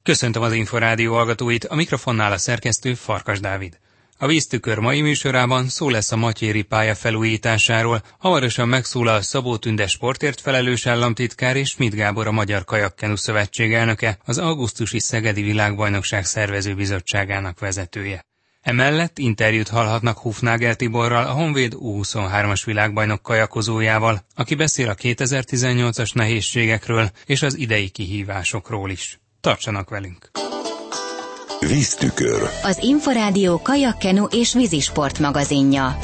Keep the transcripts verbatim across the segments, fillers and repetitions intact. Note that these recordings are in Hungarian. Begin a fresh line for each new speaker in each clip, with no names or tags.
Köszöntöm az Inforádió hallgatóit, a mikrofonnál a szerkesztő Farkas Dávid. A Víztükör mai műsorában szó lesz a Matyéri pálya felújításáról, hamarosan megszólal Szabó Tünde sportért felelős államtitkár és Schmidt Gábor a Magyar Kajakkenu Szövetség elnöke, az augusztusi Szegedi Világbajnokság szervezőbizottságának vezetője. Emellett interjút hallhatnak Hufnagel Tiborral, a Honvéd U huszonhármas világbajnok kajakozójával, aki beszél a kétezer-tizennyolcas nehézségekről és az idei kihívásokról is. Tartsanak velünk!
Víztükör.
Az Inforádió kajakkenu és vízisport magazinja.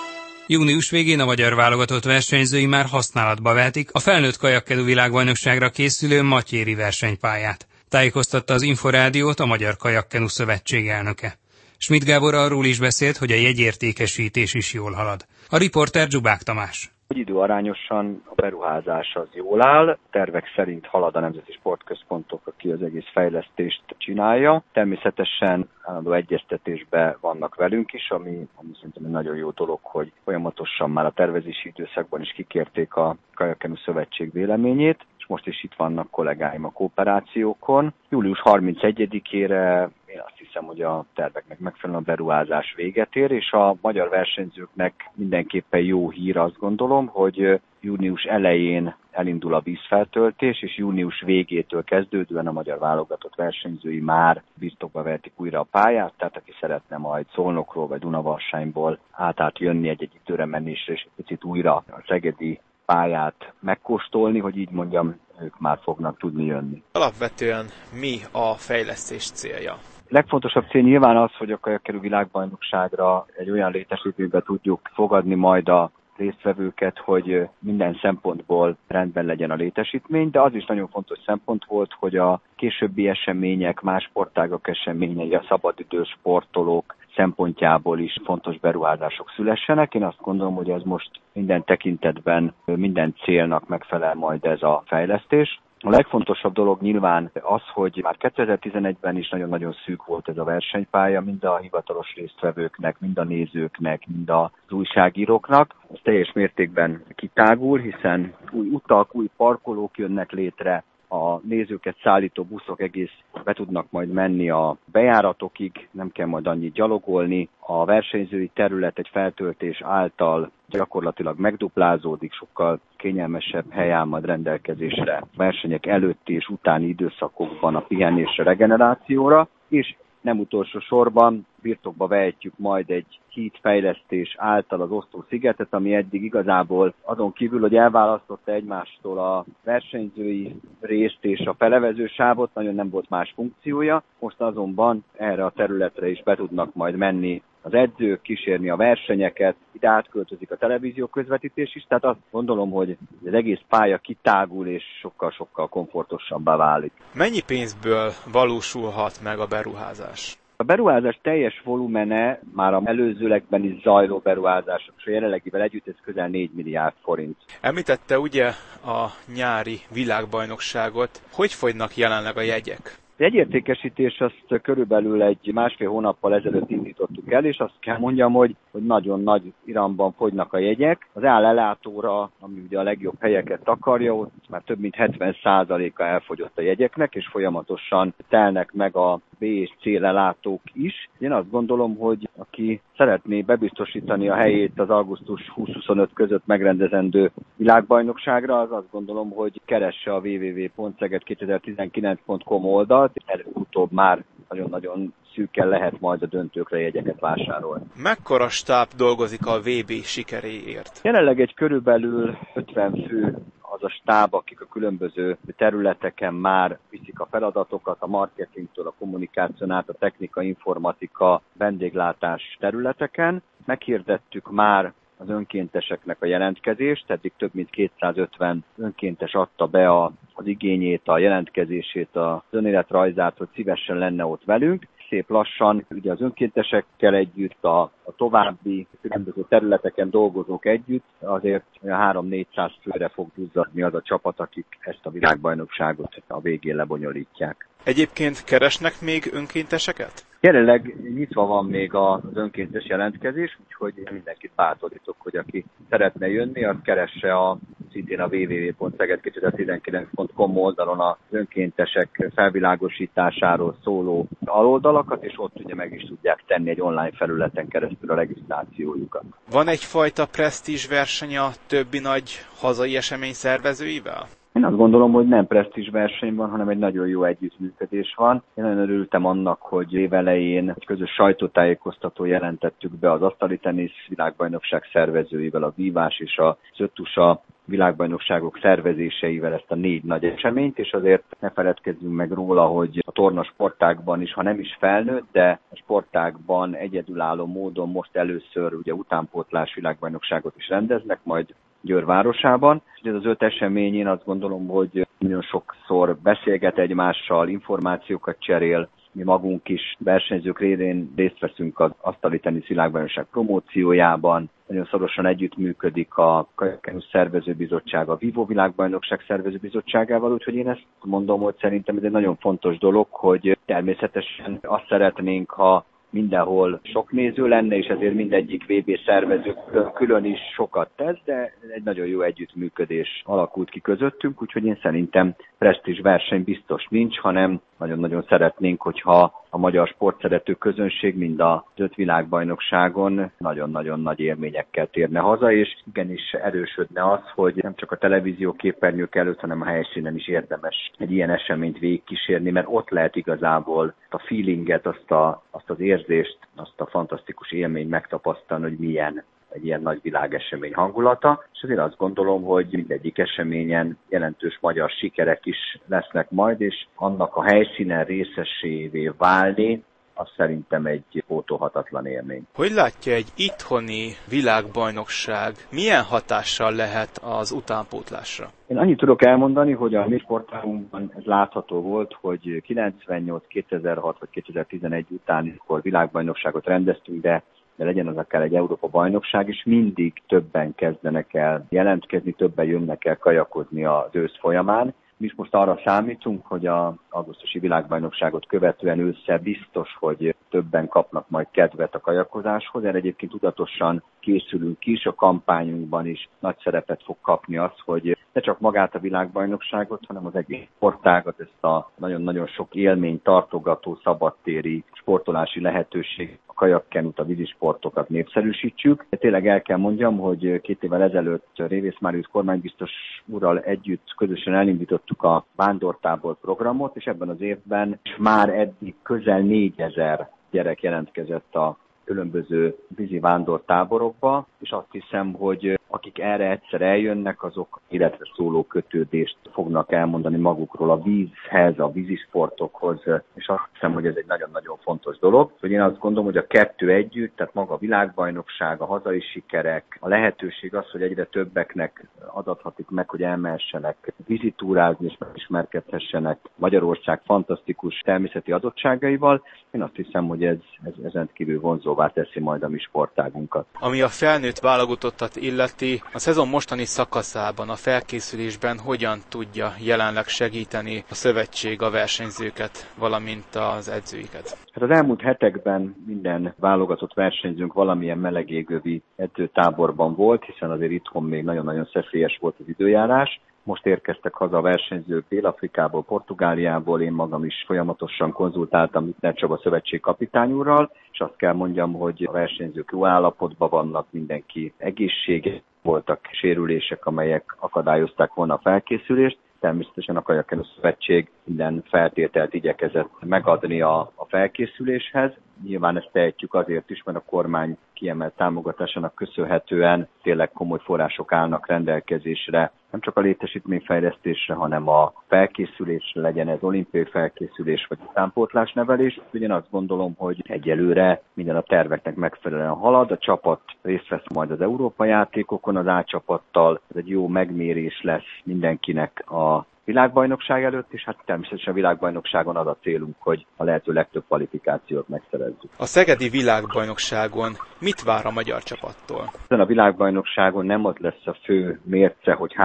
Június végén a magyar válogatott versenyzői már használatba vehetik a felnőtt kajakkenu világbajnokságra készülő Matyéri versenypályát. Tájékoztatta az Inforádiót a Magyar Kajakkenu Szövetség elnöke. Schmidt Gábor arról is beszélt, hogy a jegyértékesítés is jól halad. A riporter Zsubák Tamás.
Időarányosan a beruházás az jól áll, tervek szerint halad a Nemzeti Sportközpontok, aki az egész fejlesztést csinálja. Természetesen állandó egyeztetésben vannak velünk is, ami, ami szerintem egy nagyon jó dolog, hogy folyamatosan már a tervezési időszakban is kikérték a Kajakkenu Szövetség véleményét, és most is itt vannak kollégáim a kooperációkon. július harmincegyedikére én azt hiszem, hogy a terveknek megfelelően a beruházás véget ér, és a magyar versenyzőknek mindenképpen jó hír, azt gondolom, hogy június elején elindul a vízfeltöltés, és június végétől kezdődően a magyar válogatott versenyzői már birtokba vehetik újra a pályát, tehát aki szeretne majd Szolnokról vagy Dunavarsányból átát jönni egy-egy időre menésre, és egy picit újra a szegedi pályát megkóstolni, hogy így mondjam, ők már fognak tudni jönni.
Alapvetően mi a fejlesztés célja?
A legfontosabb cél nyilván az, hogy a kajakkenu világbajnokságra egy olyan létesítménybe tudjuk fogadni majd a résztvevőket, hogy minden szempontból rendben legyen a létesítmény, de az is nagyon fontos szempont volt, hogy a későbbi események, más sportágak eseményei, a szabadidős sportolók szempontjából is fontos beruházások szülessenek. Én azt gondolom, hogy ez most minden tekintetben, minden célnak megfelel majd ez a fejlesztés. A legfontosabb dolog nyilván az, hogy már kétezer-tizenegyben is nagyon-nagyon szűk volt ez a versenypálya, mind a hivatalos résztvevőknek, mind a nézőknek, mind az újságíróknak. Ez teljes mértékben kitágul, hiszen új utak, új parkolók jönnek létre, a nézőket szállító buszok egész be tudnak majd menni a bejáratokig, nem kell majd annyit gyalogolni. A versenyzői terület egy feltöltés által gyakorlatilag megduplázódik, sokkal kényelmesebb hely áll majd rendelkezésre a versenyek előtti és utáni időszakokban a pihenésre, regenerációra, és nem utolsó sorban birtokba vehetjük majd egy hídfejlesztés által az Osztó-szigetet, ami eddig igazából azon kívül, hogy elválasztotta egymástól a versenyzői részt és a felevező sávot, nagyon nem volt más funkciója. Most azonban erre a területre is be tudnak majd menni az edzők, kísérni a versenyeket, ide átköltözik a televízió közvetítés is, tehát azt gondolom, hogy az egész pálya kitágul és sokkal-sokkal komfortosabbá válik.
Mennyi pénzből valósulhat meg a beruházás?
A beruházás teljes volumene már a előzőlegben is zajló beruházások, és a jelenlegivel együtt ez közel négy milliárd forint.
Említette ugye a nyári világbajnokságot. Hogy fogynak jelenleg a jegyek?
A jegyértékesítés azt körülbelül egy másfél hónappal ezelőtt indítottuk el, és azt kell mondjam, hogy, hogy nagyon nagy iramban fogynak a jegyek. Az állelátóra, ami ugye a legjobb helyeket takarja, ott már több mint hetven százaléka elfogyott a jegyeknek, és folyamatosan telnek meg a B és C lelátók is. Én azt gondolom, hogy aki szeretné bebiztosítani a helyét az augusztus húsz-huszonöt között megrendezendő világbajnokságra, az azt gondolom, hogy keresse a double-u double-u double-u pont szeged kétezer-tizenkilenc pont com oldalt. Előbb-utóbb már nagyon-nagyon szűken lehet majd a döntőkre jegyeket vásárolni.
Mekkora stáb dolgozik a vé bé sikeréért?
Jelenleg egy körülbelül ötven fő az a stáb, akik a különböző területeken már viszik a feladatokat, a marketingtől, a kommunikáción át, a technika, informatika, vendéglátás területeken. Meghirdettük már az önkénteseknek a jelentkezést, eddig több mint kétszázötven önkéntes adta be a, az igényét, a jelentkezését, az önéletrajzát, hogy szívesen lenne ott velünk. Szép lassan, ugye az önkéntesekkel együtt, a, a további különböző területeken dolgozók együtt, azért három-négyszáz főre fog duzzadni az a csapat, akik ezt a világbajnokságot a végén lebonyolítják.
Egyébként keresnek még önkénteseket?
Jelenleg nyitva van még az önkéntes jelentkezés, úgyhogy mindenkit bátorítok, hogy aki szeretne jönni, az keresse a szintén a double-u double-u double-u pont szeged kétezer-tizenkilenc pont com oldalon az önkéntesek felvilágosításáról szóló aloldalakat, és ott ugye meg is tudják tenni egy online felületen keresztül a regisztrációjukat.
Van egyfajta presztízs verseny a többi nagy hazai esemény szervezőivel?
Én azt gondolom, hogy nem presztízs verseny van, hanem egy nagyon jó együttműködés van. Én nagyon örültem annak, hogy évelején egy közös sajtótájékoztató jelentettük be az asztali tenisz világbajnokság szervezőivel, a Vívás és a Szöttusa világbajnokságok szervezéseivel ezt a négy nagy eseményt, és azért ne feledkezzünk meg róla, hogy a torna sportágban is, ha nem is felnőtt, de a sportágban egyedülálló módon most először ugye utánpótlás világbajnokságot is rendeznek, majd Győr városában. Ez az öt esemény, én azt gondolom, hogy nagyon sokszor beszélget egymással, információkat cserél, mi magunk is versenyzők révén részt veszünk az asztali tenisz világbajnokság promóciójában, nagyon szorosan együttműködik a Kajakkenu Szervezőbizottság a Vívó világbajnokság szervezőbizottságával, úgyhogy én ezt mondom, hogy szerintem ez egy nagyon fontos dolog, hogy természetesen azt szeretnénk, ha mindenhol sok néző lenne, és ezért mindegyik vé bé szervező külön is sokat tesz, de egy nagyon jó együttműködés alakult ki közöttünk, úgyhogy én szerintem presztízs verseny biztos nincs, hanem nagyon-nagyon szeretnénk, hogyha a magyar sportszerető közönség mind a öt világbajnokságon nagyon-nagyon nagy élményekkel térne haza, és igenis erősödne az, hogy nem csak a televízió képernyők előtt, hanem a helyszínen is érdemes egy ilyen eseményt végigkísérni, mert ott lehet igazából a feelinget, azt, a, azt az érzést, azt a fantasztikus élményt megtapasztalni, hogy milyen egy ilyen nagy világesemény hangulata, és azért azt gondolom, hogy mindegyik eseményen jelentős magyar sikerek is lesznek majd, és annak a helyszínen részesévé válni, az szerintem egy pótolhatatlan élmény.
Hogy látja egy itthoni világbajnokság, milyen hatással lehet az utánpótlásra?
Én annyit tudok elmondani, hogy a mi sportágunkban ez látható volt, hogy kilencvennyolc, kétezer-hat vagy kétezer-tizenegy után, amikor világbajnokságot rendeztünk, de de legyen az akár egy Európa-bajnokság is, mindig többen kezdenek el jelentkezni, többen jönnek el kajakozni az ősz folyamán. Mi is most arra számítunk, hogy az augusztusi világbajnokságot követően ősszel biztos, hogy többen kapnak majd kedvet a kajakozáshoz. Erre egyébként tudatosan készülünk is, a kampányunkban is nagy szerepet fog kapni az, hogy ne csak magát a világbajnokságot, hanem az egész sportágat, ezt a nagyon-nagyon sok élményt tartogató szabadtéri sportolási lehetőség, a kajakkenut, a vízisportokat népszerűsítsük. De tényleg el kell mondjam, hogy két évvel ezelőtt Révész Máriusz kormánybiztos úrral együtt közösen elindítottuk a vándortábor programot, és ebben az évben már eddig közel négyezer gyerek jelentkezett a különböző vízi vándortáborokba, és azt hiszem, hogy akik erre egyszer eljönnek, azok életre szóló kötődést fognak elmondani magukról a vízhez, a vízisportokhoz, és azt hiszem, hogy ez egy nagyon-nagyon fontos dolog. Hogy én azt gondolom, hogy a kettő együtt, tehát maga a világbajnokság, a hazai sikerek, a lehetőség az, hogy egyre többeknek adathatik meg, hogy elmehessenek vízitúrázni és megismerkedhessenek Magyarország fantasztikus természeti adottságaival. Én azt hiszem, hogy ez, ez, ez rendkívül vonzóvá teszi majd a mi sportágunkat.
Ami a felnőtt válogatottat illeti, a szezon mostani szakaszában, a felkészülésben hogyan tudja jelenleg segíteni a szövetség a versenyzőket, valamint az edzőiket?
Hát az elmúlt hetekben minden válogatott versenyzőnk valamilyen melegégövi edzőtáborban volt, hiszen azért itthon még nagyon-nagyon szeszélyes volt az időjárás. Most érkeztek haza a versenyzők Dél-Afrikából, Portugáliából, én magam is folyamatosan konzultáltam Mittner Csaba szövetség kapitány úrral, és azt kell mondjam, hogy a versenyzők jó állapotban vannak, mindenki egészséges, voltak sérülések, amelyek akadályozták volna a felkészülést. Természetesen a Kajakkenu Szövetség minden feltételt igyekezett megadni a, a felkészüléshez. Nyilván ezt tehetjük azért is, mert a kormány kiemelt támogatásának köszönhetően tényleg komoly források állnak rendelkezésre, nem csak a létesítményfejlesztésre, hanem a felkészülésre, legyen ez olimpiai felkészülés vagy utánpótlás nevelés. Én azt gondolom, hogy egyelőre minden a terveknek megfelelően halad, a csapat részt vesz majd az Európa játékokon az A csapattal, ez egy jó megmérés lesz mindenkinek a világbajnokság előtt, és hát természetesen a világbajnokságon az a célunk, hogy a lehető legtöbb kvalifikációt megszerezzük.
A szegedi világbajnokságon mit vár a magyar csapattól?
Ezen a világbajnokságon nem az lesz a fő mérce, hogy hány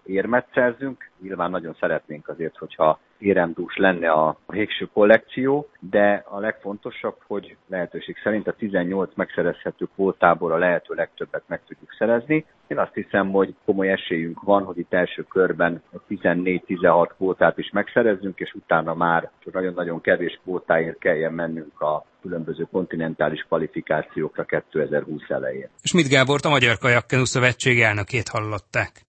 érmet szerzünk. Nyilván nagyon szeretnénk azért, hogyha éremdús lenne a végső kollekció, de a legfontosabb, hogy lehetőség szerint a tizennyolc megszerezhető kvótából a lehető legtöbbet meg tudjuk szerezni. Én azt hiszem, hogy komoly esélyünk van, hogy itt első körben tizennégy-tizenhat kvótát is megszerezzünk, és utána már csak nagyon-nagyon kevés kvótáért kelljen mennünk a különböző kontinentális kvalifikációkra kétezer-húsz elején.
Schmidt Gábort, a Magyar Kajakkenu Szövetség elnökét hallották.